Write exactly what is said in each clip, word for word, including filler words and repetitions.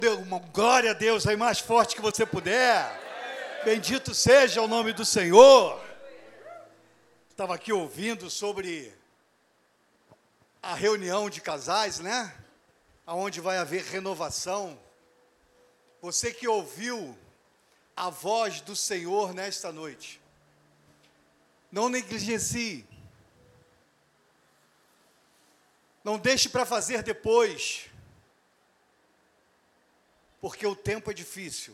Dê uma glória a Deus aí mais forte que você puder. Bendito seja o nome do Senhor. Estava aqui ouvindo sobre a reunião de casais, né? Aonde vai haver renovação. Você que ouviu a voz do Senhor nesta noite, não negligencie. Não deixe para fazer depois. Porque o tempo é difícil.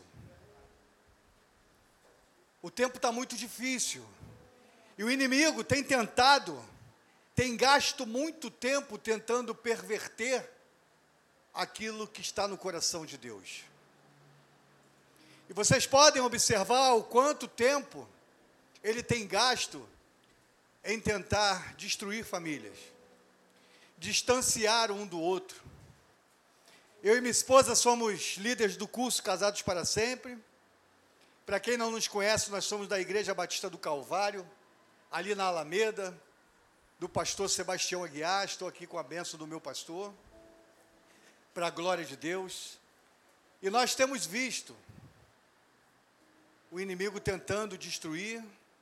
O tempo está muito difícil. E o inimigo tem tentado, tem gasto muito tempo tentando perverter aquilo que está no coração de Deus. E vocês podem observar o quanto tempo ele tem gasto em tentar destruir famílias, distanciar um do outro. Eu e minha esposa somos líderes do curso Casados para Sempre. Para quem não nos conhece, nós somos da Igreja Batista do Calvário, ali na Alameda, do pastor Sebastião Aguiar. Estou aqui com a bênção do meu pastor, para a glória de Deus. E nós temos visto o inimigo tentando destruir,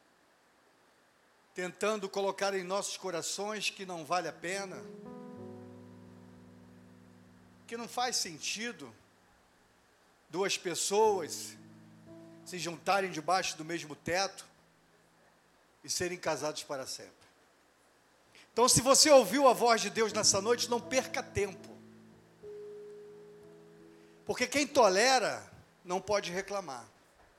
tentando colocar em nossos corações que não vale a pena, que não faz sentido duas pessoas se juntarem debaixo do mesmo teto e serem casados para sempre. Então, se você ouviu a voz de Deus nessa noite, não perca tempo. Porque quem tolera não pode reclamar.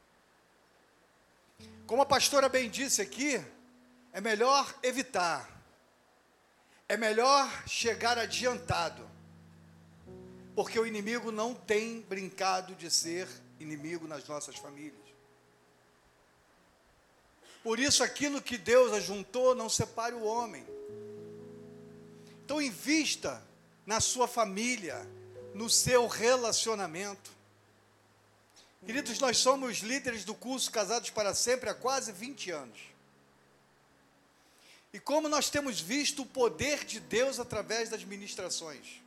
Como a pastora bem disse aqui, é melhor evitar. É melhor chegar adiantado. Porque o inimigo não tem brincado de ser inimigo nas nossas famílias. Por isso, aquilo que Deus ajuntou, não separe o homem. Então, invista na sua família, no seu relacionamento. Queridos, nós somos líderes do curso Casados para Sempre há quase vinte anos. E como nós temos visto o poder de Deus através das ministrações.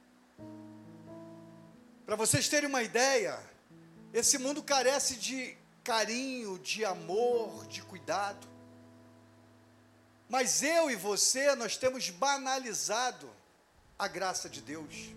Para vocês terem uma ideia, esse mundo carece de carinho, de amor, de cuidado. Mas eu e você, nós temos banalizado a graça de Deus.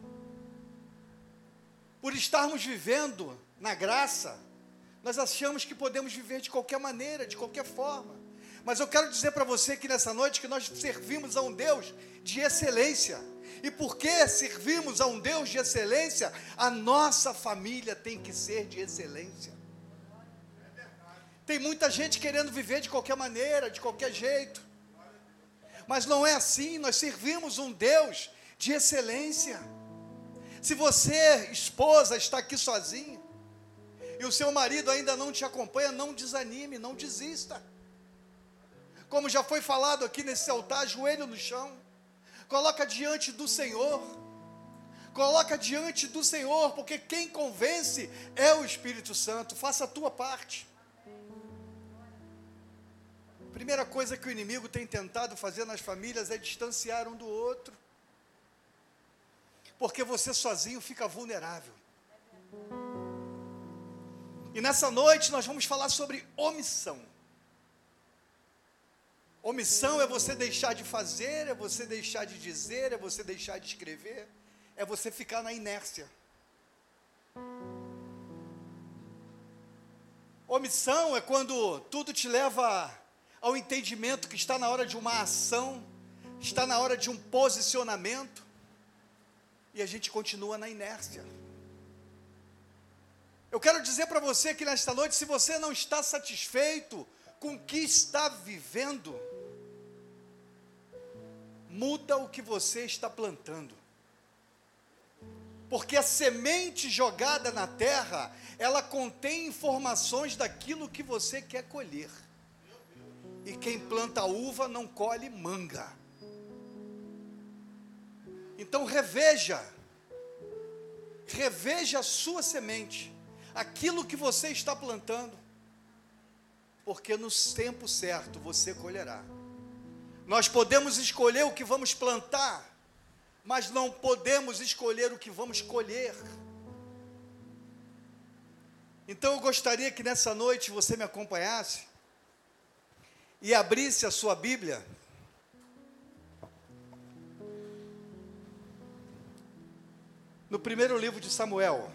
Por estarmos vivendo na graça, nós achamos que podemos viver de qualquer maneira, de qualquer forma. Mas eu quero dizer para você que nessa noite que nós servimos a um Deus de excelência. E porque servimos a um Deus de excelência, a nossa família tem que ser de excelência. Tem muita gente querendo viver de qualquer maneira, de qualquer jeito. Mas não é assim, nós servimos um Deus de excelência. Se você, esposa, está aqui sozinha, e o seu marido ainda não te acompanha, não desanime, não desista. Como já foi falado aqui nesse altar, joelho no chão. Coloca diante do Senhor. Coloca diante do Senhor, porque quem convence é o Espírito Santo. Faça a tua parte. Primeira coisa que o inimigo tem tentado fazer nas famílias é distanciar um do outro. Porque você sozinho fica vulnerável. E nessa noite nós vamos falar sobre omissão. Omissão é você deixar de fazer, é você deixar de dizer, é você deixar de escrever, é você ficar na inércia. Omissão é quando tudo te leva ao entendimento que está na hora de uma ação, está na hora de um posicionamento, e a gente continua na inércia. Eu quero dizer para você que nesta noite, se você não está satisfeito com o que está vivendo, muda o que você está plantando. Porque a semente jogada na terra, ela contém informações daquilo que você quer colher. E quem planta uva não colhe manga. Então reveja, reveja a sua semente, aquilo que você está plantando, porque no tempo certo você colherá. Nós podemos escolher o que vamos plantar, mas não podemos escolher o que vamos colher. Então eu gostaria que nessa noite você me acompanhasse e abrisse a sua Bíblia no primeiro livro de Samuel.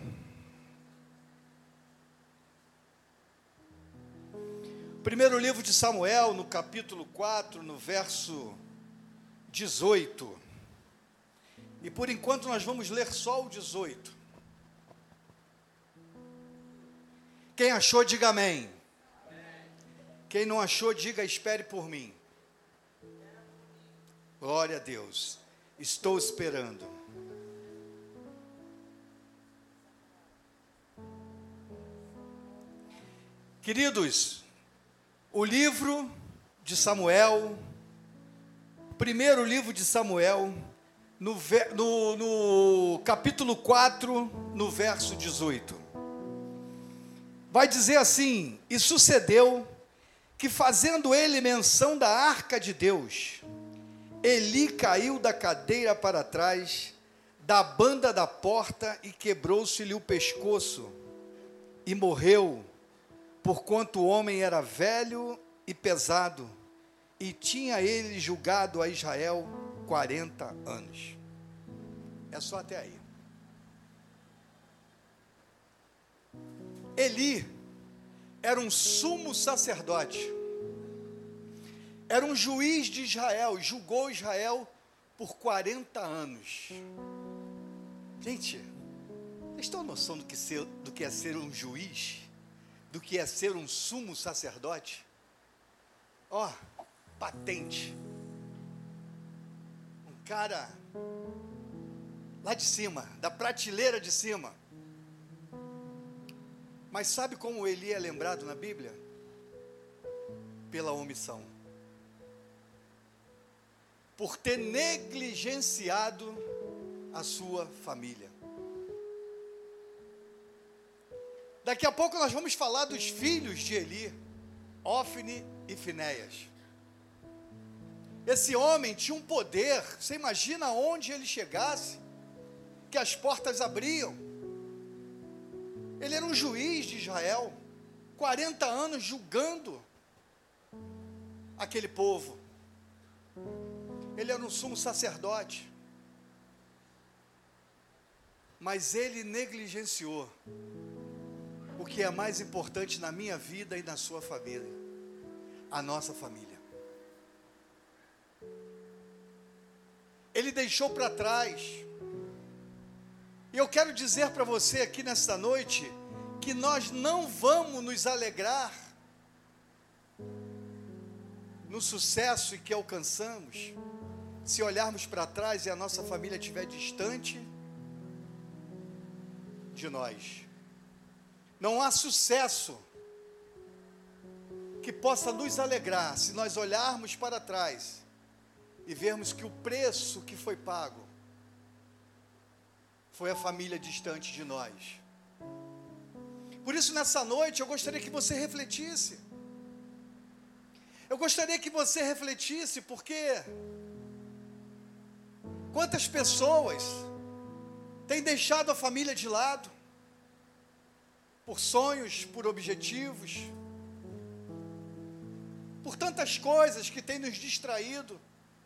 Primeiro livro de Samuel, no capítulo quatro, no verso dezoito. E por enquanto nós vamos ler só o dezoito. Quem achou, diga amém. Amém. Quem não achou, diga espere por mim. Glória a Deus. Estou esperando. Queridos, o livro de Samuel, primeiro livro de Samuel, no, no, no capítulo quatro, no verso dezoito, vai dizer assim: e sucedeu que, fazendo ele menção da arca de Deus, Eli caiu da cadeira para trás, da banda da porta, e quebrou-se-lhe o pescoço, e morreu, porquanto o homem era velho e pesado, e tinha ele julgado a Israel quarenta anos. É só até aí. Eli era um sumo sacerdote, era um juiz de Israel, julgou Israel por quarenta anos. Gente, vocês estão noção do que, ser, do que é ser um juiz? Do que é ser um sumo sacerdote? Ó, oh, patente. Um cara lá de cima, da prateleira de cima. Mas sabe como Eli é lembrado na Bíblia? Pela omissão. Por ter negligenciado a sua família. Daqui a pouco nós vamos falar dos filhos de Eli, Ofni e Finéias. Esse homem tinha um poder, você imagina onde ele chegasse, que as portas abriam. Ele era um juiz de Israel, quarenta anos julgando aquele povo. Ele era um sumo sacerdote, mas ele negligenciou o que é mais importante na minha vida e na sua família, a nossa família. Ele deixou para trás. E eu quero dizer para você aqui nesta noite, que nós não vamos nos alegrar no sucesso que alcançamos, se olharmos para trás e a nossa família estiver distante de nós. Não há sucesso que possa nos alegrar se nós olharmos para trás e vermos que o preço que foi pago foi a família distante de nós. Por isso, nessa noite, eu gostaria que você refletisse. Eu gostaria que você refletisse, porque quantas pessoas têm deixado a família de lado, por sonhos, por objetivos, por tantas coisas que têm nos distraído.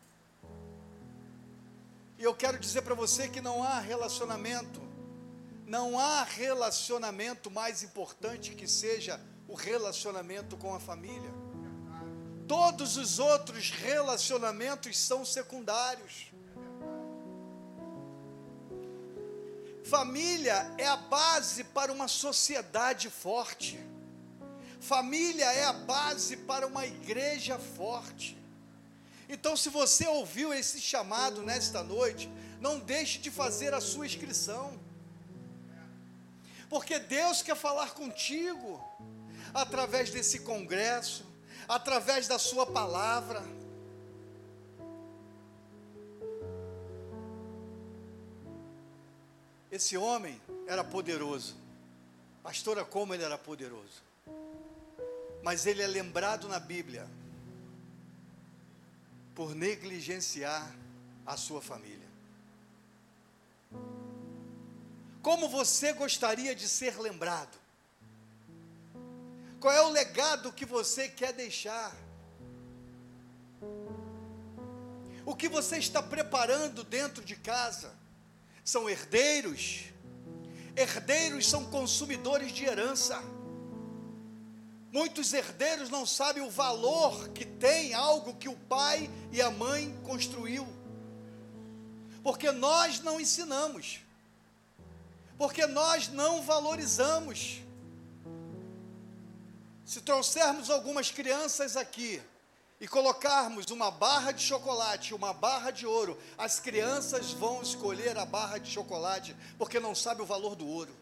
E eu quero dizer para você que não há relacionamento, não há relacionamento mais importante que seja o relacionamento com a família. Todos os outros relacionamentos são secundários. Família é a base para uma sociedade forte. Família é a base para uma igreja forte. Então, se você ouviu esse chamado nesta noite, não deixe de fazer a sua inscrição. Porque Deus quer falar contigo através desse congresso, através da sua palavra. Esse homem era poderoso. Pastora, como ele era poderoso. Mas ele é lembrado na Bíblia por negligenciar a sua família. Como você gostaria de ser lembrado? Qual é o legado que você quer deixar? O que você está preparando dentro de casa? São herdeiros? Herdeiros são consumidores de herança. Muitos herdeiros não sabem o valor que tem algo que o pai e a mãe construiu. Porque nós não ensinamos. Porque nós não valorizamos. Se trouxermos algumas crianças aqui e colocarmos uma barra de chocolate e uma barra de ouro, as crianças vão escolher a barra de chocolate, porque não sabem o valor do ouro.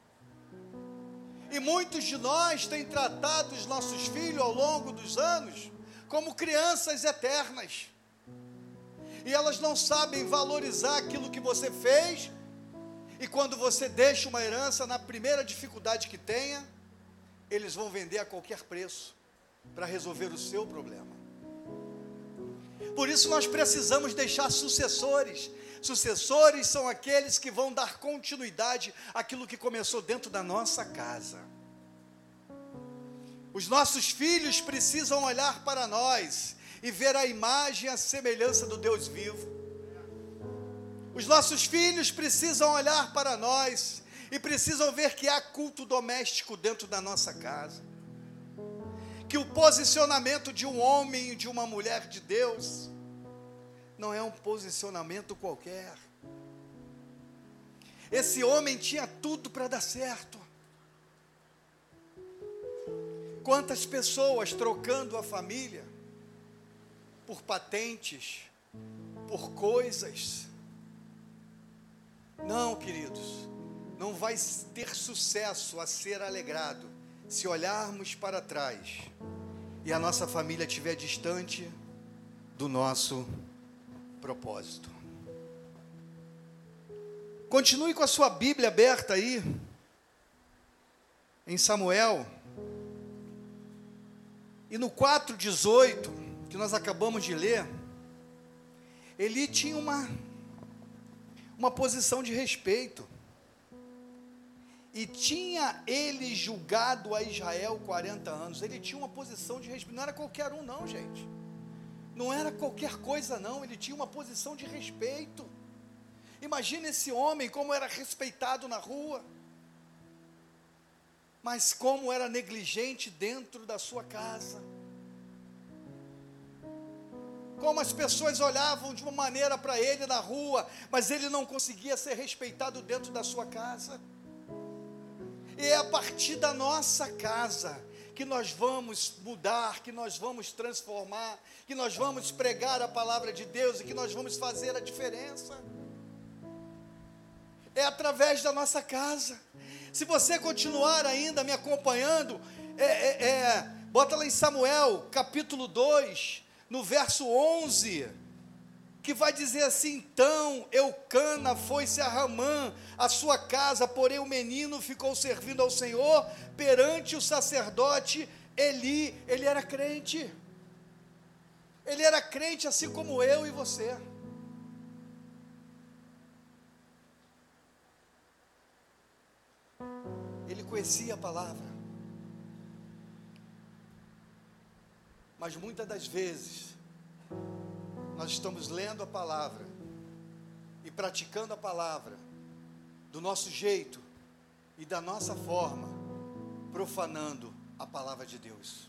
E muitos de nós têm tratado os nossos filhos ao longo dos anos como crianças eternas. E elas não sabem valorizar aquilo que você fez, e quando você deixa uma herança, na primeira dificuldade que tenha, eles vão vender a qualquer preço para resolver o seu problema. Por isso nós precisamos deixar sucessores. Sucessores são aqueles que vão dar continuidade àquilo que começou dentro da nossa casa. Os nossos filhos precisam olhar para nós e ver a imagem e a semelhança do Deus vivo. Os nossos filhos precisam olhar para nós e precisam ver que há culto doméstico dentro da nossa casa. Que o posicionamento de um homem e de uma mulher de Deus não é um posicionamento qualquer. Esse homem tinha tudo para dar certo. Quantas pessoas trocando a família por patentes, por coisas. Não, queridos, não vai ter sucesso a ser alegrado se olharmos para trás e a nossa família estiver distante do nosso propósito. Continue com a sua Bíblia aberta aí, em Samuel, e no quatro, dezoito, que nós acabamos de ler, Eli tinha uma, uma posição de respeito. E tinha ele julgado a Israel quarenta anos. Ele tinha uma posição de respeito. Não era qualquer um não, gente. Não era qualquer coisa não. Ele tinha uma posição de respeito. Imagina esse homem como era respeitado na rua. Mas como era negligente dentro da sua casa. Como as pessoas olhavam de uma maneira para ele na rua, mas ele não conseguia ser respeitado dentro da sua casa. E é a partir da nossa casa que nós vamos mudar, que nós vamos transformar, que nós vamos pregar a palavra de Deus e que nós vamos fazer a diferença. É através da nossa casa. Se você continuar ainda me acompanhando, é, é, é, bota lá em Samuel, capítulo dois, no verso onze, que vai dizer assim: então Eucana foi-se a Ramã, a sua casa, porém o menino ficou servindo ao Senhor perante o sacerdote Eli. Ele era crente, ele era crente assim como eu e você. Ele conhecia a palavra, mas muitas das vezes nós estamos lendo a palavra e praticando a palavra do nosso jeito e da nossa forma, profanando a palavra de Deus,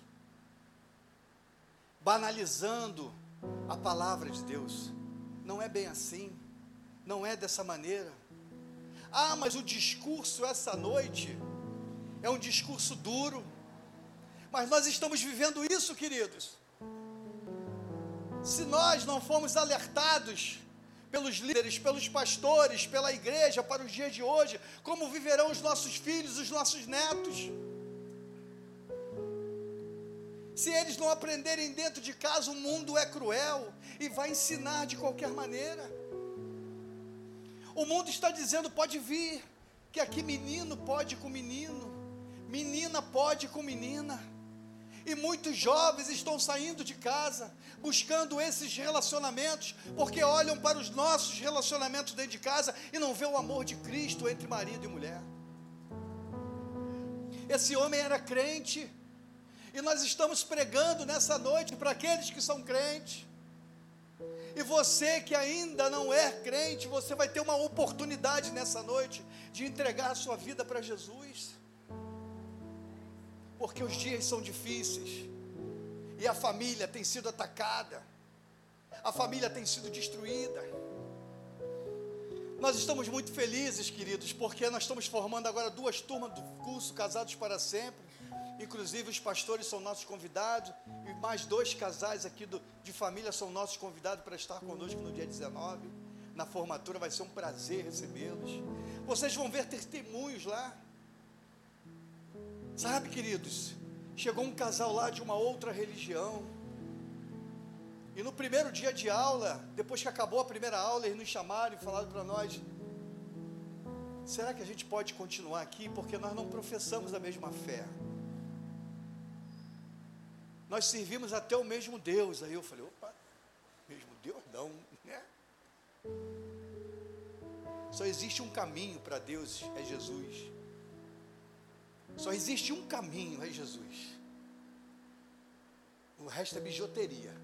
banalizando a palavra de Deus. Não é bem assim, não é dessa maneira. Ah, mas o discurso essa noite é um discurso duro, mas nós estamos vivendo isso, queridos. Se nós não formos alertados pelos líderes, pelos pastores, pela igreja para os dias de hoje, como viverão os nossos filhos, os nossos netos? Se eles não aprenderem dentro de casa, o mundo é cruel e vai ensinar de qualquer maneira. O mundo está dizendo: pode vir, que aqui menino pode com menino, menina pode com menina. E muitos jovens estão saindo de casa, buscando esses relacionamentos, porque olham para os nossos relacionamentos dentro de casa e não vê o amor de Cristo entre marido e mulher. Esse homem era crente, E nós estamos pregando nessa noite para aqueles que são crentes. E você que ainda não é crente, você vai ter uma oportunidade nessa noite de entregar a sua vida para Jesus. Porque os dias são difíceis. E a família tem sido atacada. A família tem sido destruída. Nós estamos muito felizes, queridos, porque nós estamos formando agora duas turmas do curso Casados para Sempre. Inclusive os pastores são nossos convidados. E mais dois casais aqui do, de família são nossos convidados para estar conosco no dia dezenove. Na formatura vai ser um prazer recebê-los. Vocês vão ver testemunhos lá. Sabe, queridos, chegou um casal lá de uma outra religião. E no primeiro dia de aula, depois que acabou a primeira aula, eles nos chamaram e falaram para nós: será que a gente pode continuar aqui? Porque nós não professamos a mesma fé. Nós servimos até o mesmo Deus. Aí eu falei: opa, mesmo Deus não, né? Só existe um caminho para Deus, é Jesus. Só existe um caminho, é Jesus. O resto é bijuteria.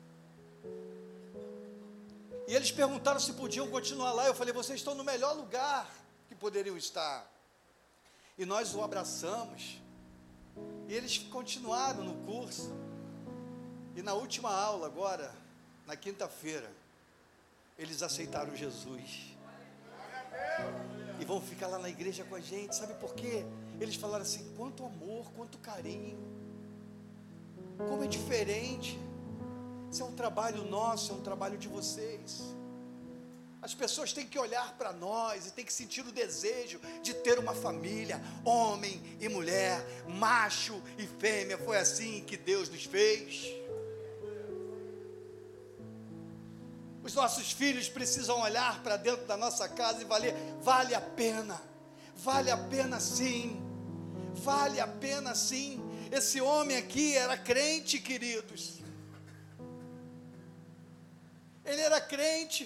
E eles perguntaram se podiam continuar lá. Eu falei: vocês estão no melhor lugar que poderiam estar. E nós o abraçamos. E eles continuaram no curso. E na última aula agora, na quinta-feira, eles aceitaram Jesus. E vão ficar lá na igreja com a gente. Sabe por quê? Eles falaram assim: quanto amor, quanto carinho. Como é diferente. Isso é um trabalho nosso, é um trabalho de vocês. As pessoas têm que olhar para nós e têm que sentir o desejo de ter uma família, homem e mulher, macho e fêmea. Foi assim que Deus nos fez. Os nossos filhos precisam olhar para dentro da nossa casa e valer, vale a pena, vale a pena sim, vale a pena sim. Esse homem aqui era crente, queridos. Ele era crente.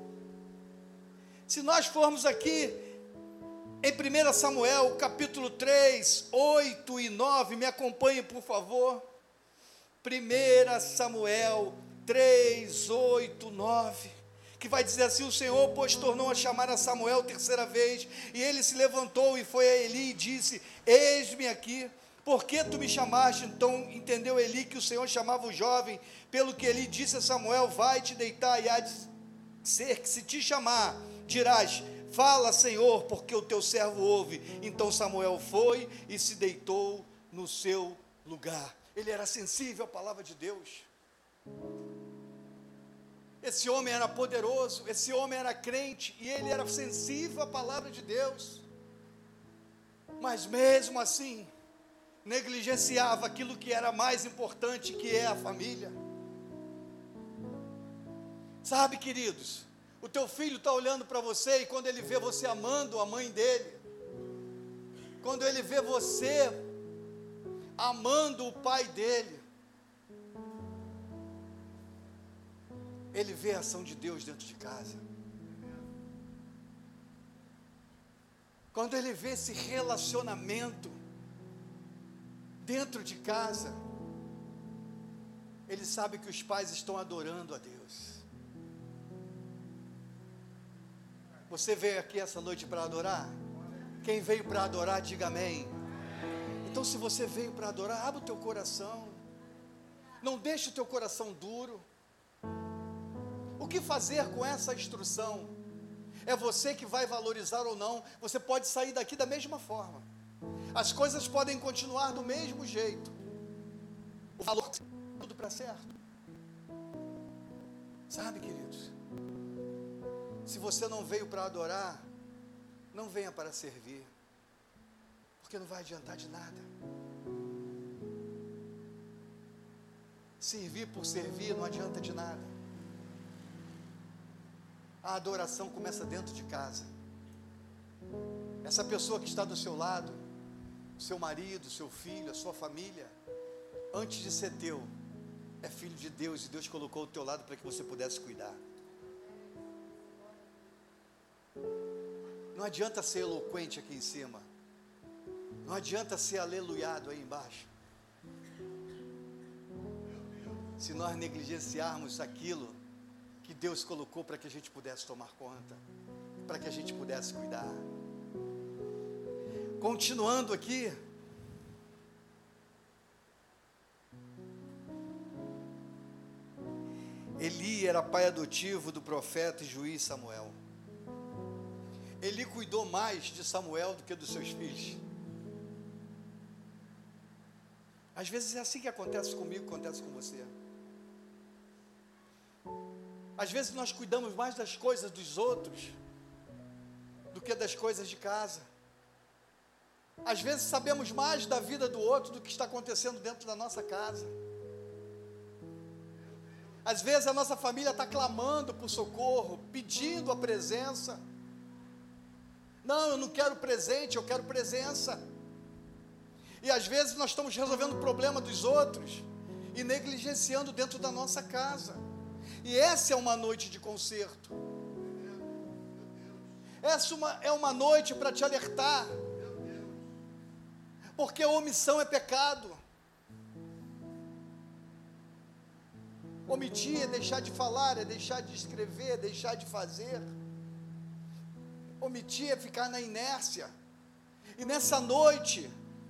Se nós formos aqui em primeiro Samuel, capítulo três, oito e nove, me acompanhe por favor. primeiro Samuel três, oito, nove, que vai dizer assim: o Senhor, pois, tornou a chamar a Samuel terceira vez, e ele se levantou e foi a Eli e disse: eis-me aqui. Por que tu me chamaste? Então entendeu Eli que o Senhor chamava o jovem, pelo que Eli disse a Samuel: vai te deitar, e há de ser que se te chamar, dirás: fala, Senhor, porque o teu servo ouve. Então Samuel foi e se deitou no seu lugar. Ele era sensível à palavra de Deus. Esse homem era poderoso, esse homem era crente, e ele era sensível à palavra de Deus. Mas mesmo assim, negligenciava aquilo que era mais importante, que é a família. Sabe, queridos, o teu filho está olhando para você, e quando ele vê você amando a mãe dele, quando ele vê você amando o pai dele, ele vê a ação de Deus dentro de casa. Quando ele vê esse relacionamento dentro de casa, ele sabe que os pais estão adorando a Deus. Você veio aqui essa noite para adorar? Quem veio para adorar, diga amém. Então, se você veio para adorar, abra o teu coração. Não deixe o teu coração duro. O que fazer com essa instrução? É você que vai valorizar ou não. Você pode sair daqui da mesma forma. As coisas podem continuar do mesmo jeito. O valor tudo para certo. Sabe, queridos? Se você não veio para adorar, não venha para servir, porque não vai adiantar de nada. Servir por servir não adianta de nada. A adoração começa dentro de casa. Essa pessoa que está do seu lado, seu marido, seu filho, a sua família, antes de ser teu, é filho de Deus, e Deus colocou ao teu lado para que você pudesse cuidar. Não adianta ser eloquente aqui em cima, não adianta ser aleluiado aí embaixo. se nós negligenciarmos aquilo que Deus colocou para que a gente pudesse tomar conta, para que a gente pudesse cuidar. Continuando aqui, Eli era pai adotivo do profeta e juiz Samuel. Eli cuidou mais de Samuel do que dos seus filhos. Às vezes é assim que acontece comigo, acontece com você. Às vezes nós cuidamos mais das coisas dos outros do que das coisas de casa. Às vezes sabemos mais da vida do outro do que está acontecendo dentro da nossa casa. Às vezes a nossa família está clamando por socorro, pedindo a presença. Não, eu não quero presente, eu quero presença. E às vezes nós estamos resolvendo o problema dos outros e negligenciando dentro da nossa casa. E essa é uma noite de conserto. Essa uma, é uma noite para te alertar. Porque a omissão é pecado. Omitir é deixar de falar, é deixar de escrever, é deixar de fazer. Omitir é ficar na inércia. E nessa noite,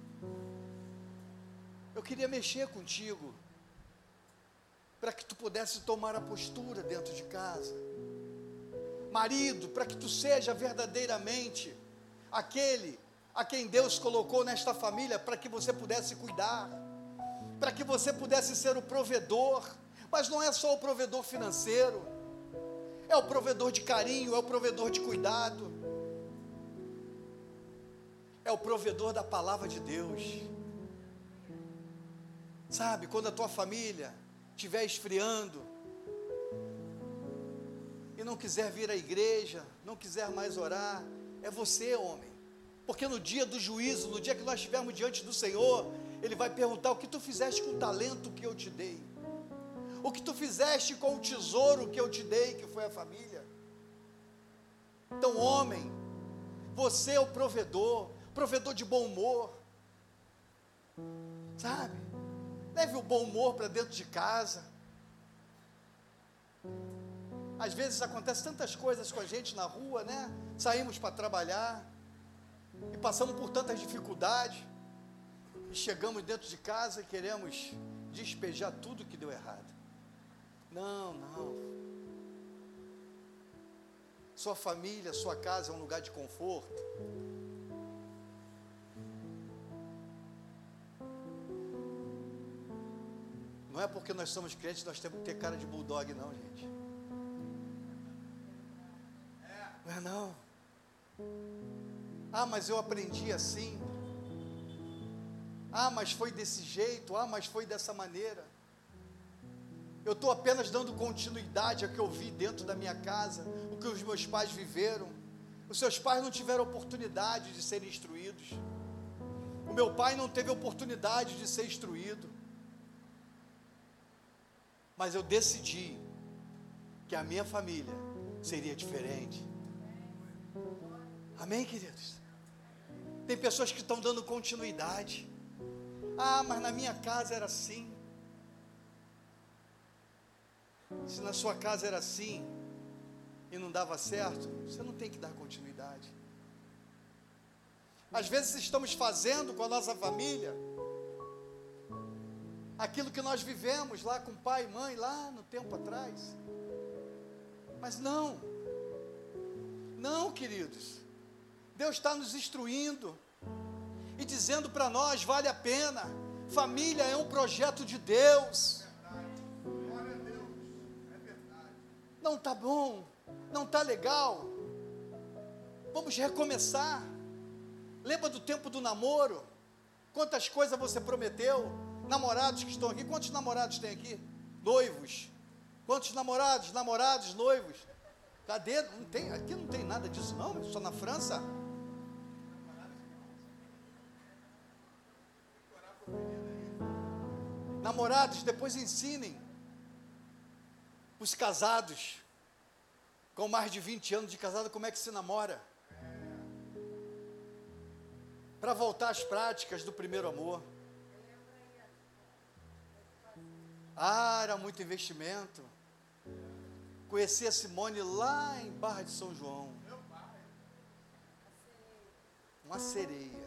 eu queria mexer contigo, para que tu pudesse tomar a postura dentro de casa. Marido, para que tu seja verdadeiramente aquele a quem Deus colocou nesta família, para que você pudesse cuidar, para que você pudesse ser o provedor. Mas não é só o provedor financeiro, é o provedor de carinho, é o provedor de cuidado, é o provedor da palavra de Deus. Sabe, quando a tua família estiver esfriando e não quiser vir à igreja, não quiser mais orar, é você, homem, porque no dia do juízo, no dia que nós estivermos diante do Senhor, Ele vai perguntar: o que tu fizeste com o talento que eu te dei? O que tu fizeste com o tesouro que eu te dei, que foi a família? Então, homem, você é o provedor, provedor de bom humor, sabe? Leve o bom humor para dentro de casa. Às vezes acontece tantas coisas com a gente na rua, né? Saímos para trabalhar e passamos por tantas dificuldades e chegamos dentro de casa e queremos despejar tudo que deu errado. Não, não. Sua família, sua casa é um lugar de conforto. Não é porque nós somos crentes, nós temos que ter cara de bulldog, não, gente. Não é não. Ah, mas eu aprendi assim. Ah, mas foi desse jeito. Ah, mas foi dessa maneira. Eu estou apenas dando continuidade ao que eu vi dentro da minha casa, o que os meus pais viveram. Os seus pais não tiveram oportunidade de serem instruídos. O meu pai não teve oportunidade de ser instruído. Mas eu decidi que a minha família seria diferente. Amém, queridos? Tem pessoas que estão dando continuidade. Ah, mas na minha casa era assim. Se na sua casa era assim e não dava certo, você não tem que dar continuidade. Às vezes estamos fazendo com a nossa família aquilo que nós vivemos lá com pai e mãe, lá no tempo atrás. Mas não, não, queridos. Deus está nos instruindo e dizendo para nós: vale a pena. Família é um projeto de Deus. Não está bom, não está legal, vamos recomeçar. Lembra do tempo do namoro? Quantas coisas você prometeu? Namorados que estão aqui, quantos namorados tem aqui? Noivos. Quantos namorados, namorados, noivos? Cadê? Não tem, aqui não tem nada disso não, só na França. Namorados, depois ensinem os casados, com mais de vinte anos de casado, como é que se namora? Para voltar às práticas do primeiro amor. Ah, era muito investimento. Conheci a Simone lá em Barra de São João. Uma sereia.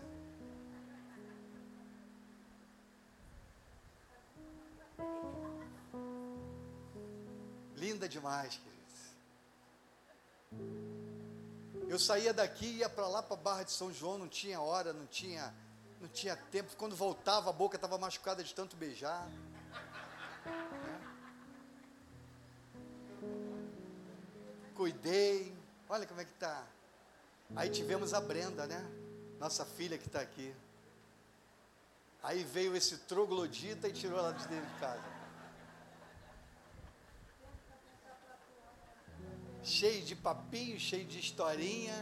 Linda demais, queridos. Eu saía daqui e ia para lá, para Barra de São João, não tinha hora, não tinha, não tinha tempo. Quando voltava, a boca estava machucada de tanto beijar. Cuidei. Olha como é que tá. Aí tivemos a Brenda, né? Nossa filha que está aqui. Aí veio esse troglodita e tirou ela de dentro de casa. Cheio de papinho, cheio de historinha.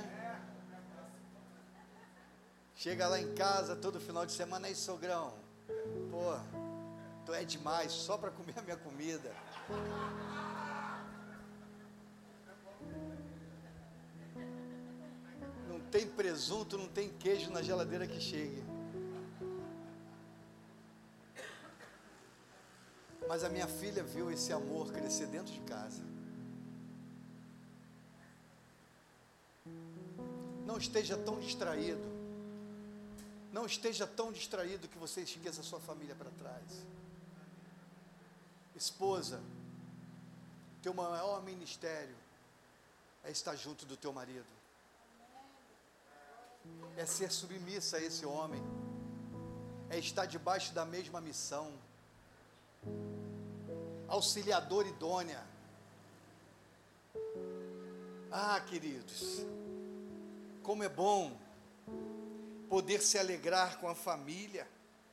Chega lá em casa todo final de semana, aí sogrão, pô, tu é demais, só para comer a minha comida. Não tem presunto, não tem queijo na geladeira que chegue. Mas a minha filha viu esse amor crescer dentro de casa. Não esteja tão distraído. Não esteja tão distraído que você esqueça a sua família para trás. Esposa, teu maior ministério é estar junto do teu marido. É ser submissa a esse homem. É estar debaixo da mesma missão. Auxiliador idônea. Ah, queridos, como é bom poder se alegrar com a família.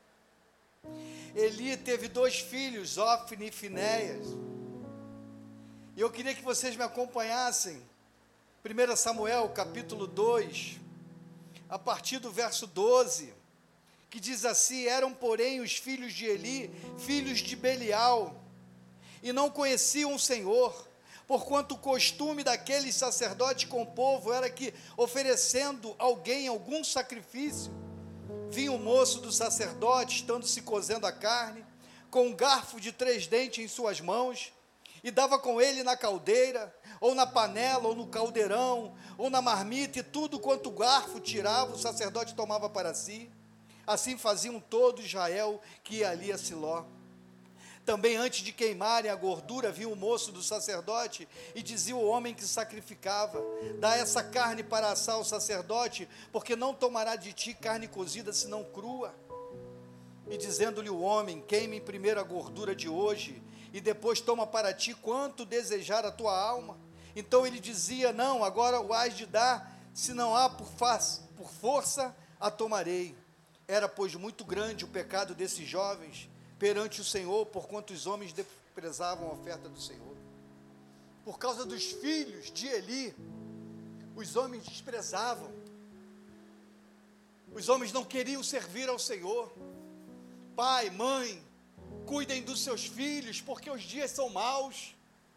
Eli teve dois filhos, Ofni e Finéias. E eu queria que vocês me acompanhassem. primeiro Samuel, capítulo dois, a partir do verso doze, que diz assim: eram, porém, os filhos de Eli, filhos de Belial, e não conheciam o Senhor, porquanto o costume daqueles sacerdotes com o povo era que, oferecendo alguém algum sacrifício, vinha o moço do sacerdote, estando se cozendo a carne, com um garfo de três dentes em suas mãos, e dava com ele na caldeira, ou na panela, ou no caldeirão, ou na marmita, e tudo quanto o garfo tirava, o sacerdote tomava para si. Assim faziam todo Israel que ia ali a Siló. Também antes de queimarem a gordura, vinha o moço do sacerdote e dizia o homem que sacrificava: dá essa carne para assar o sacerdote, porque não tomará de ti carne cozida, senão crua. E dizendo-lhe o homem: queime primeiro a gordura de hoje, e depois toma para ti quanto desejar a tua alma. Então ele dizia: não, agora o hás de dar, se não há por, faz, por força, a tomarei. Era, pois, muito grande o pecado desses jovens perante o Senhor, porquanto os homens desprezavam a oferta do Senhor. Por causa dos filhos de Eli, os homens desprezavam. Os homens não queriam servir ao Senhor. Pai, mãe, cuidem dos seus filhos, porque os dias são maus.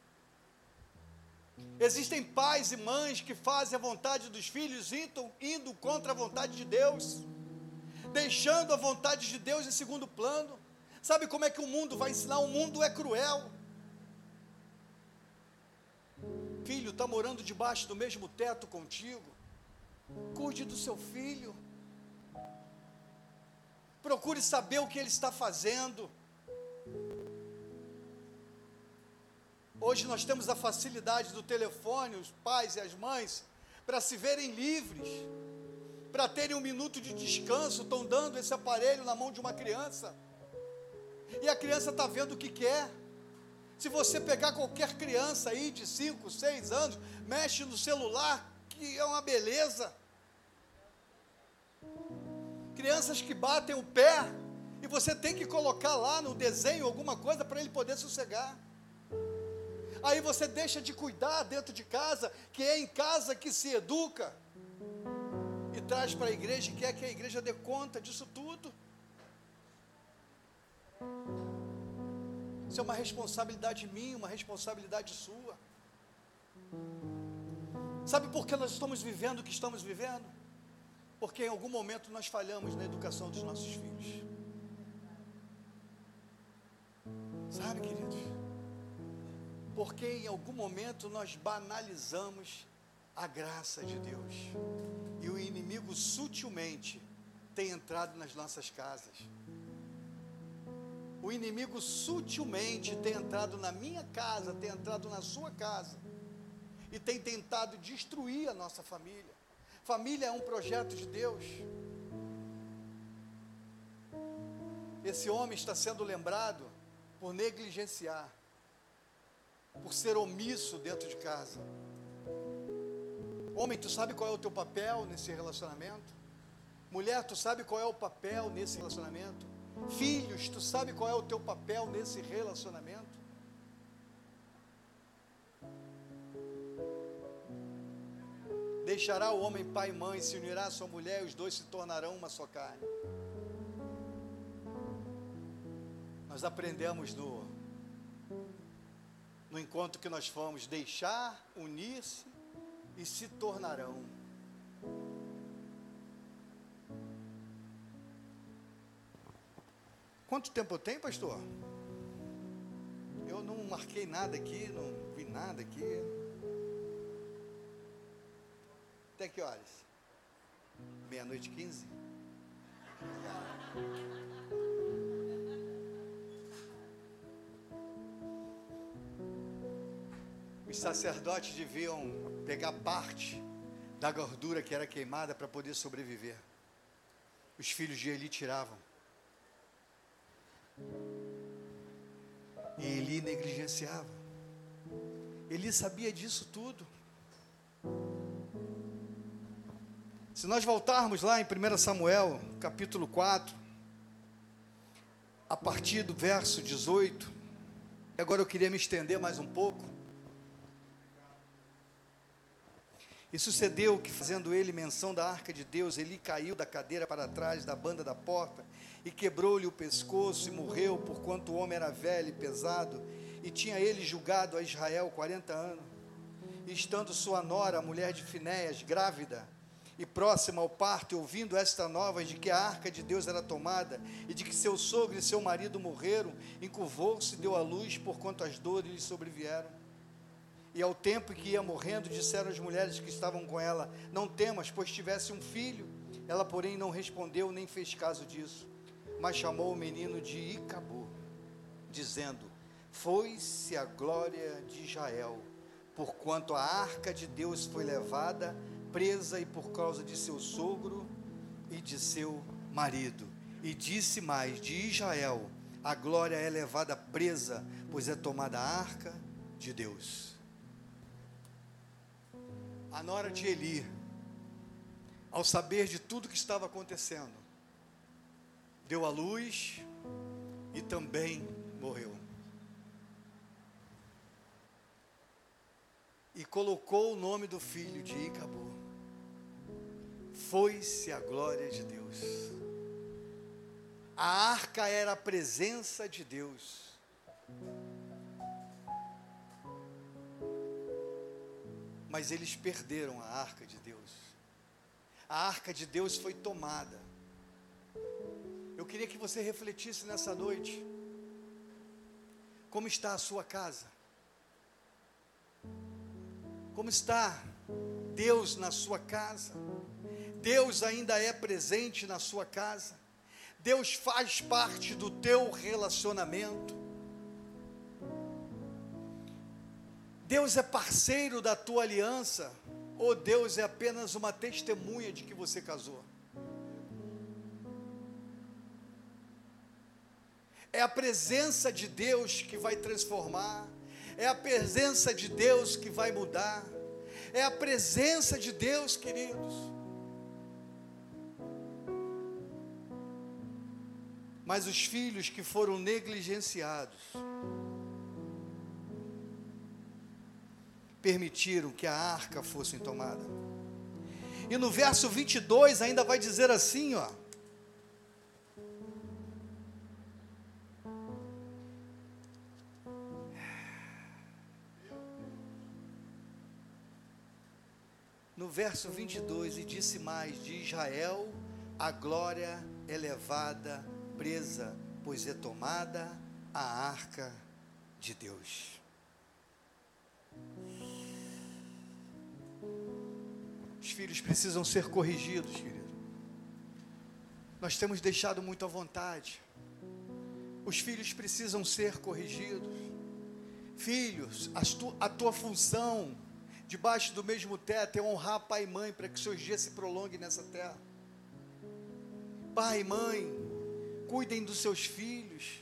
Existem pais e mães que fazem a vontade dos filhos, indo, indo contra a vontade de Deus, deixando a vontade de Deus em segundo plano. Sabe como é que o mundo vai ensinar? O mundo é cruel. Filho, está morando debaixo do mesmo teto contigo. Cuide do seu filho. Procure saber o que ele está fazendo. Hoje nós temos a facilidade do telefone, os pais e as mães, para se verem livres, para terem um minuto de descanso. Estão dando esse aparelho na mão de uma criança. E a criança está vendo o que quer. Se você pegar qualquer criança aí de cinco, seis anos, mexe no celular, que é uma beleza. Crianças que batem o pé, e você tem que colocar lá no desenho alguma coisa para ele poder sossegar. Aí você deixa de cuidar dentro de casa, que é em casa que se educa, e traz para a igreja e quer que a igreja dê conta disso tudo. Isso é uma responsabilidade minha, uma responsabilidade sua. Sabe por que nós estamos vivendo o que estamos vivendo? Porque em algum momento nós falhamos na educação dos nossos filhos. Sabe? Sabe, queridos? Porque em algum momento nós banalizamos a graça de Deus. E o inimigo sutilmente tem entrado nas nossas casas. O inimigo sutilmente tem entrado na minha casa, tem entrado na sua casa. E tem tentado destruir a nossa família. Família é um projeto de Deus. Esse homem está sendo lembrado por negligenciar, por ser omisso dentro de casa. Homem, tu sabe qual é o teu papel nesse relacionamento? Mulher, tu sabe qual é o papel nesse relacionamento? Filhos, tu sabe qual é o teu papel nesse relacionamento? Deixará o homem pai e mãe, se unirá a sua mulher, e os dois se tornarão uma só carne. Nós aprendemos no, no encontro que nós fomos, deixar, unir-se e se tornarão. Quanto tempo eu tenho, pastor? Eu não marquei nada aqui, não vi nada aqui. Até que horas? Meia-noite e quinze? Os sacerdotes deviam pegar parte da gordura que era queimada para poder sobreviver. Os filhos de Eli tiravam. E Eli negligenciava. Eli sabia disso tudo. Se nós voltarmos lá em primeiro Samuel, capítulo quatro, a partir do verso dezoito, agora eu queria me estender mais um pouco. E sucedeu que, fazendo ele menção da arca de Deus, Eli caiu da cadeira para trás da banda da porta, e quebrou-lhe o pescoço, e morreu, porquanto o homem era velho e pesado, e tinha ele julgado a Israel quarenta anos. E estando sua nora, a mulher de Finéias, grávida, e próxima ao parto, e ouvindo esta nova de que a arca de Deus era tomada, e de que seu sogro e seu marido morreram, encurvou-se e deu à luz, porquanto as dores lhe sobrevieram. E ao tempo que ia morrendo, disseram as mulheres que estavam com ela: não temas, pois tivesse um filho. Ela, porém, não respondeu, nem fez caso disso, mas chamou o menino de Icabô, dizendo: foi-se a glória de Israel, porquanto a arca de Deus foi levada, presa, e por causa de seu sogro e de seu marido. E disse mais: de Israel a glória é levada presa, pois é tomada a arca de Deus. A nora de Eli, ao saber de tudo que estava acontecendo, deu à luz e também morreu. E colocou o nome do filho de Icabô. Foi-se a glória de Deus. A arca era a presença de Deus. Mas eles perderam a arca de Deus. A arca de Deus foi tomada. Eu queria que você refletisse nessa noite. Como está a sua casa? Como está Deus na sua casa? Deus ainda é presente na sua casa? Deus faz parte do teu relacionamento? Deus é parceiro da tua aliança? Ou Deus é apenas uma testemunha de que você casou? É a presença de Deus que vai transformar, é a presença de Deus que vai mudar, é a presença de Deus, queridos. Mas os filhos que foram negligenciados permitiram que a arca fosse tomada. E no verso vinte e dois ainda vai dizer assim, ó: no verso vinte e dois, e disse mais: de Israel a glória é levada presa, pois é tomada a arca de Deus. Os filhos precisam ser corrigidos, querido. Nós temos deixado muito à vontade. Os filhos precisam ser corrigidos. Filhos, a tua, a tua função, debaixo do mesmo teto, é honrar pai e mãe, para que seus dias se prolonguem nessa terra. Pai e mãe, cuidem dos seus filhos.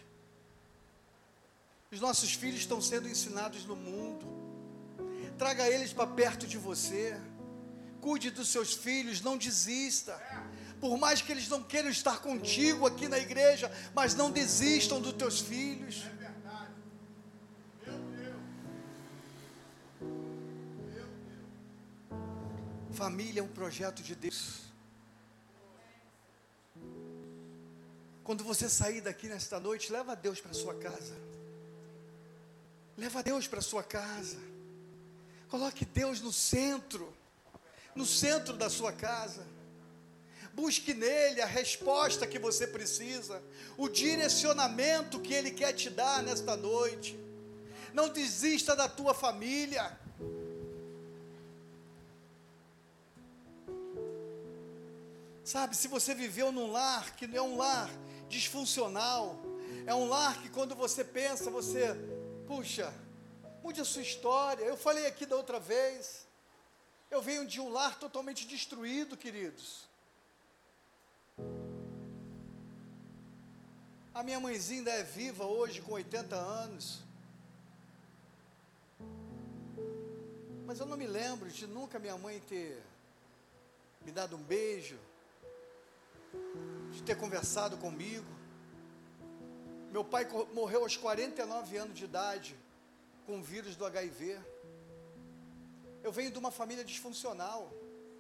Os nossos filhos estão sendo ensinados no mundo. Traga eles para perto de você. Cuide dos seus filhos, não desista. Por mais que eles não queiram estar contigo aqui na igreja, mas não desistam dos teus filhos. É verdade. Meu Deus. Meu Deus. Família é um projeto de Deus. Quando você sair daqui nesta noite, leva Deus para sua casa. Leva Deus para sua casa. Coloque Deus no centro, no centro da sua casa. Busque nele a resposta que você precisa, o direcionamento que ele quer te dar nesta noite. Não desista da tua família. Sabe, se você viveu num lar que não é um lar disfuncional, é um lar que quando você pensa, você, puxa, mude a sua história. Eu falei aqui da outra vez, eu venho de um lar totalmente destruído, queridos. A minha mãezinha ainda é viva hoje, com oitenta anos. Mas eu não me lembro de nunca minha mãe ter me dado um beijo, de ter conversado comigo. Meu pai morreu aos quarenta e nove anos de idade, com o vírus do H I V. Eu venho de uma família disfuncional.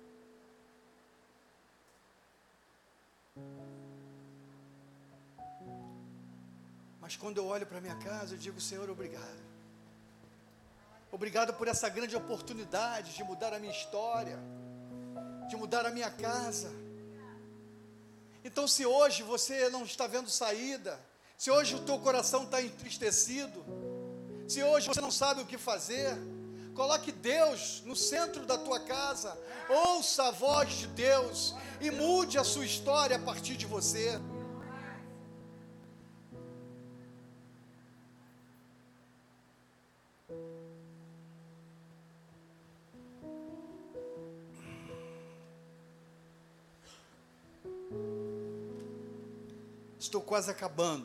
Mas quando eu olho para a minha casa, eu digo, Senhor, obrigado. Obrigado por essa grande oportunidade de mudar a minha história, de mudar a minha casa. Então, se hoje você não está vendo saída, se hoje o teu coração está entristecido, se hoje você não sabe o que fazer, coloque Deus no centro da tua casa, ouça a voz de Deus e mude a sua história a partir de você. Estou quase acabando,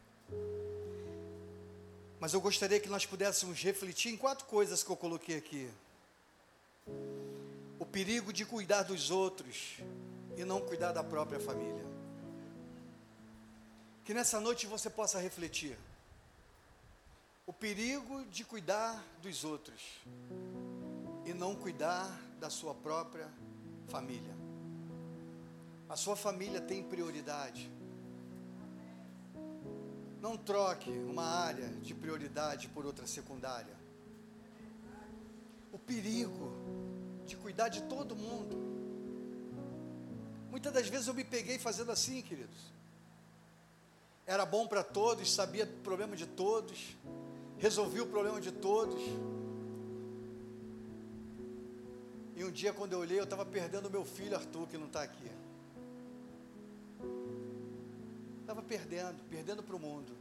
mas eu gostaria que nós pudéssemos refletir em quatro coisas que eu coloquei aqui. O perigo de cuidar dos outros e não cuidar da própria família. Que nessa noite você possa refletir. O perigo de cuidar dos outros e não cuidar da sua própria família. A sua família tem prioridade. Não troque uma área de prioridade por outra secundária. O perigo de cuidar de todo mundo. Muitas das vezes eu me peguei fazendo assim, queridos. Era bom para todos, sabia o problema de todos, resolvia o problema de todos. E um dia, quando eu olhei, eu estava perdendo o meu filho Arthur, que não está aqui. Estava perdendo, perdendo para o mundo.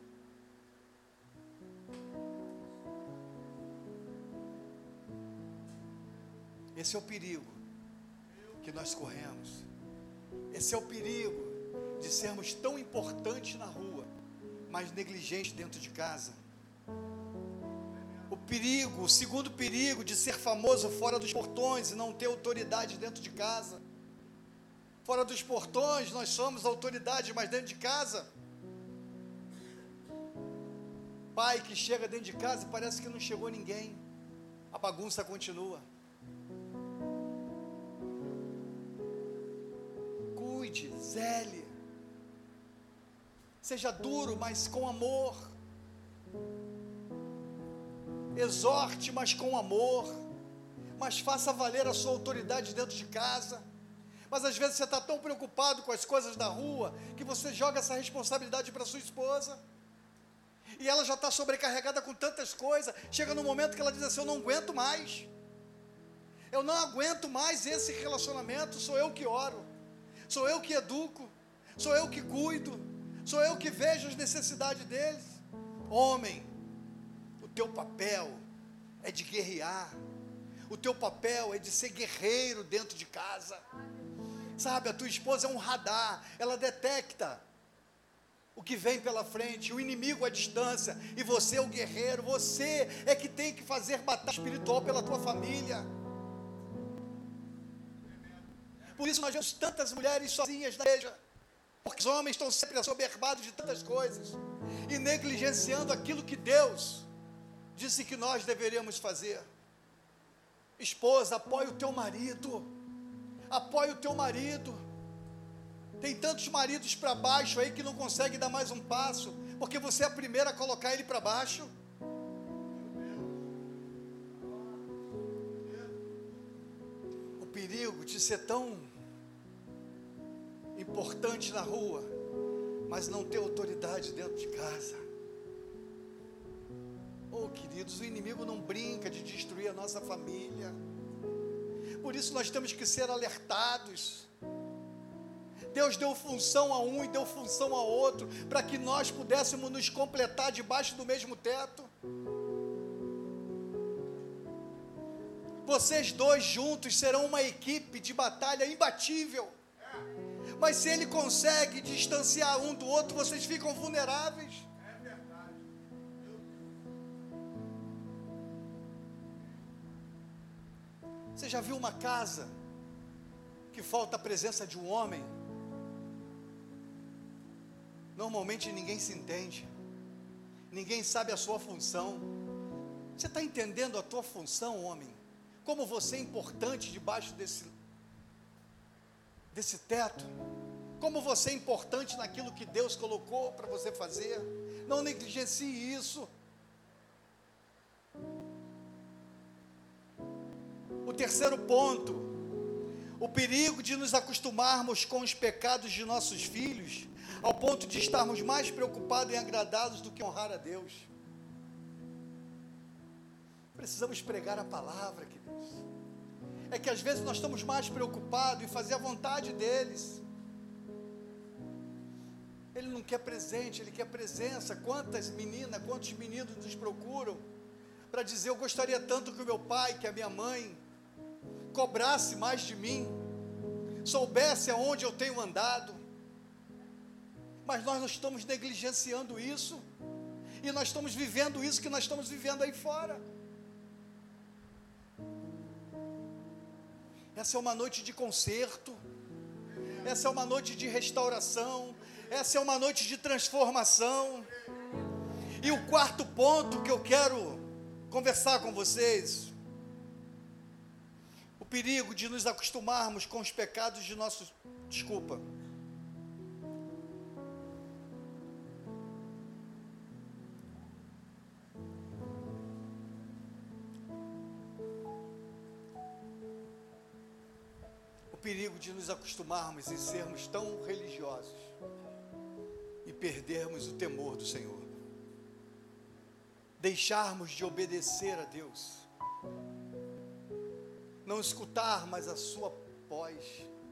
Esse é o perigo que nós corremos. Esse é o perigo de sermos tão importantes na rua, mas negligentes dentro de casa. O perigo, o segundo perigo de ser famoso fora dos portões e não ter autoridade dentro de casa. Fora dos portões nós somos autoridade, mas dentro de casa, pai que chega dentro de casa e parece que não chegou ninguém, a bagunça continua. Cuide, zele, seja duro, mas com amor. Exorte, mas com amor. Mas faça valer a sua autoridade dentro de casa. Mas às vezes você está tão preocupado com as coisas da rua que você joga essa responsabilidade para sua esposa. E ela já está sobrecarregada com tantas coisas. Chega no momento que ela diz assim: eu não aguento mais. Eu não aguento mais esse relacionamento. Sou eu que oro. Sou eu que educo. Sou eu que cuido. Sou eu que vejo as necessidades deles. Homem, o teu papel é de guerrear. O teu papel é de ser guerreiro dentro de casa. Sabe, a tua esposa é um radar. Ela detecta o que vem pela frente, o inimigo à distância, e você é o guerreiro. Você é que tem que fazer batalha espiritual pela tua família. Por isso nós vemos tantas mulheres sozinhas na igreja, porque os homens estão sempre assoberbados de tantas coisas e negligenciando aquilo que Deus disse que nós deveríamos fazer. Esposa, apoie o teu marido. Apoie o teu marido. Tem tantos maridos para baixo aí que não conseguem dar mais um passo, porque você é a primeira a colocar ele para baixo. O perigo de ser tão importante na rua, mas não ter autoridade dentro de casa. Oh, queridos, o inimigo não brinca de destruir a nossa família. Por isso nós temos que ser alertados. Deus deu função a um e deu função a outro, para que nós pudéssemos nos completar debaixo do mesmo teto. Vocês dois juntos serão uma equipe de batalha imbatível. Mas se ele consegue distanciar um do outro, vocês ficam vulneráveis. É verdade. Você já viu uma casa que falta a presença de um homem? Normalmente ninguém se entende, ninguém sabe a sua função. Você está entendendo a tua função, homem? Como você é importante debaixo desse, desse teto? Como você é importante naquilo que Deus colocou para você fazer? Não negligencie isso. O terceiro ponto: o perigo de nos acostumarmos com os pecados de nossos filhos, ao ponto de estarmos mais preocupados em agradá-los do que honrar a Deus. Precisamos pregar a palavra, queridos. É que às vezes nós estamos mais preocupados em fazer a vontade deles. Ele não quer presente, ele quer presença. Quantas meninas, quantos meninos nos procuram para dizer: eu gostaria tanto que o meu pai, que a minha mãe cobrasse mais de mim, soubesse aonde eu tenho andado. Mas nós não estamos negligenciando isso, e nós estamos vivendo isso que nós estamos vivendo aí fora. Essa é uma noite de conserto, essa é uma noite de restauração, essa é uma noite de transformação. E o quarto ponto que eu quero conversar com vocês: o perigo de nos acostumarmos com os pecados de nossos... Desculpa. O perigo de nos acostumarmos e sermos tão religiosos e perdermos o temor do Senhor. Deixarmos de obedecer a Deus. Não escutar mais a sua voz.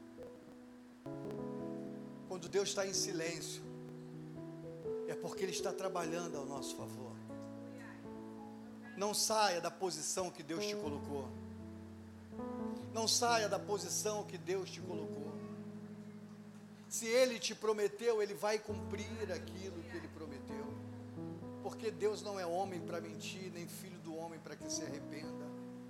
Quando Deus está em silêncio, é porque Ele está trabalhando ao nosso favor. Não saia da posição que Deus te colocou. Não saia da posição que Deus te colocou. Se Ele te prometeu, Ele vai cumprir aquilo que Ele prometeu. Porque Deus não é homem para mentir, nem filho do homem para que se arrependa.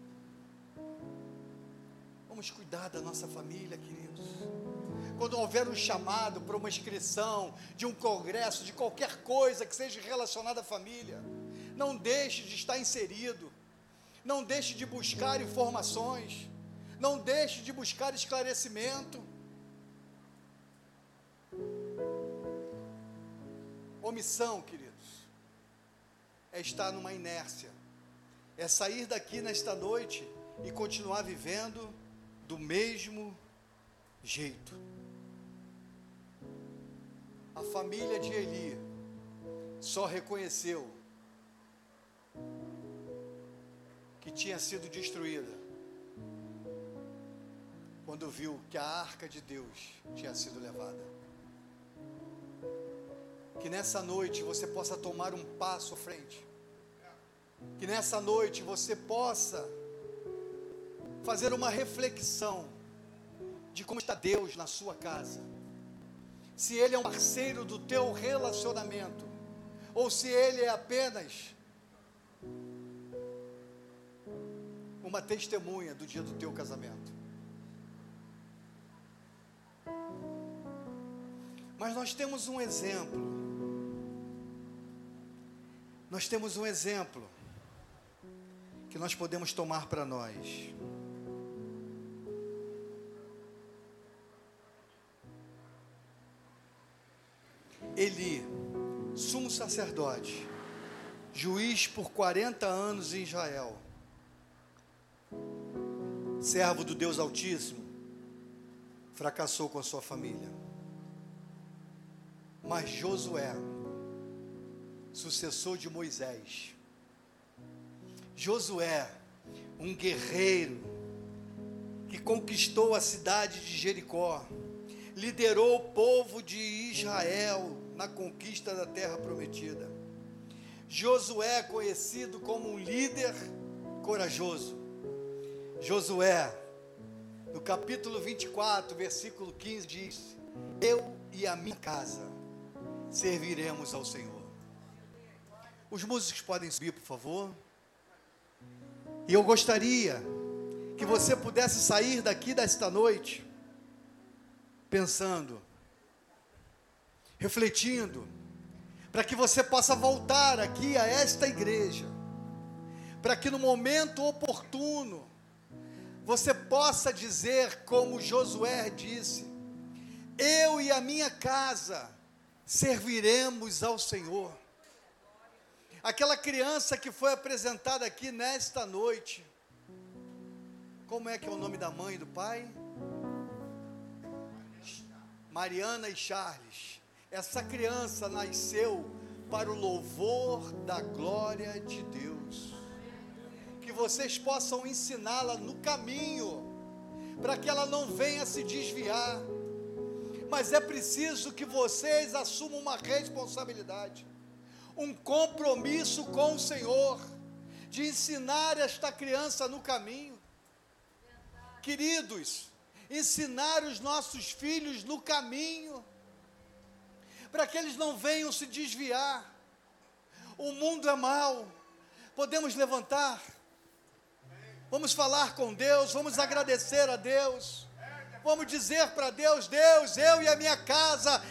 Vamos cuidar da nossa família, queridos. Quando houver um chamado para uma inscrição de um congresso, de qualquer coisa que seja relacionada à família, não deixe de estar inserido. Não deixe de buscar informações. Não deixe de buscar esclarecimento. Omissão, queridos, é estar numa inércia. É sair daqui nesta noite e continuar vivendo do mesmo jeito. A família de Eli só reconheceu que tinha sido destruída quando viu que a arca de Deus tinha sido levada. Que nessa noite você possa tomar um passo à frente. Que nessa noite você possa fazer uma reflexão de como está Deus na sua casa. Se Ele é um parceiro do teu relacionamento, ou se Ele é apenas uma testemunha do dia do teu casamento. Mas nós temos um exemplo. Nós temos um exemplo que nós podemos tomar para nós. Eli, sumo sacerdote, juiz por quarenta anos em Israel, servo do Deus Altíssimo, fracassou com a sua família. Mas Josué, sucessor de Moisés, Josué, um guerreiro que conquistou a cidade de Jericó, liderou o povo de Israel na conquista da terra prometida. Josué é conhecido como um líder corajoso. Josué, no capítulo vinte e quatro, versículo quinze, diz: eu e a minha casa serviremos ao Senhor. Os músicos podem subir, por favor. E eu gostaria que você pudesse sair daqui desta noite pensando, refletindo, para que você possa voltar aqui a esta igreja, para que no momento oportuno você possa dizer como Josué disse: eu e a minha casa serviremos ao Senhor. Aquela criança que foi apresentada aqui nesta noite, como é que é o nome da mãe e do pai? Mariana e Charles. Essa criança nasceu para o louvor da glória de Deus. Que vocês possam ensiná-la no caminho, para que ela não venha se desviar. Mas é preciso que vocês assumam uma responsabilidade, um compromisso com o Senhor, de ensinar esta criança no caminho. Queridos, ensinar os nossos filhos no caminho, para que eles não venham se desviar. O mundo é mau. Podemos levantar, vamos falar com Deus, vamos agradecer a Deus, vamos dizer para Deus: Deus, eu e a minha casa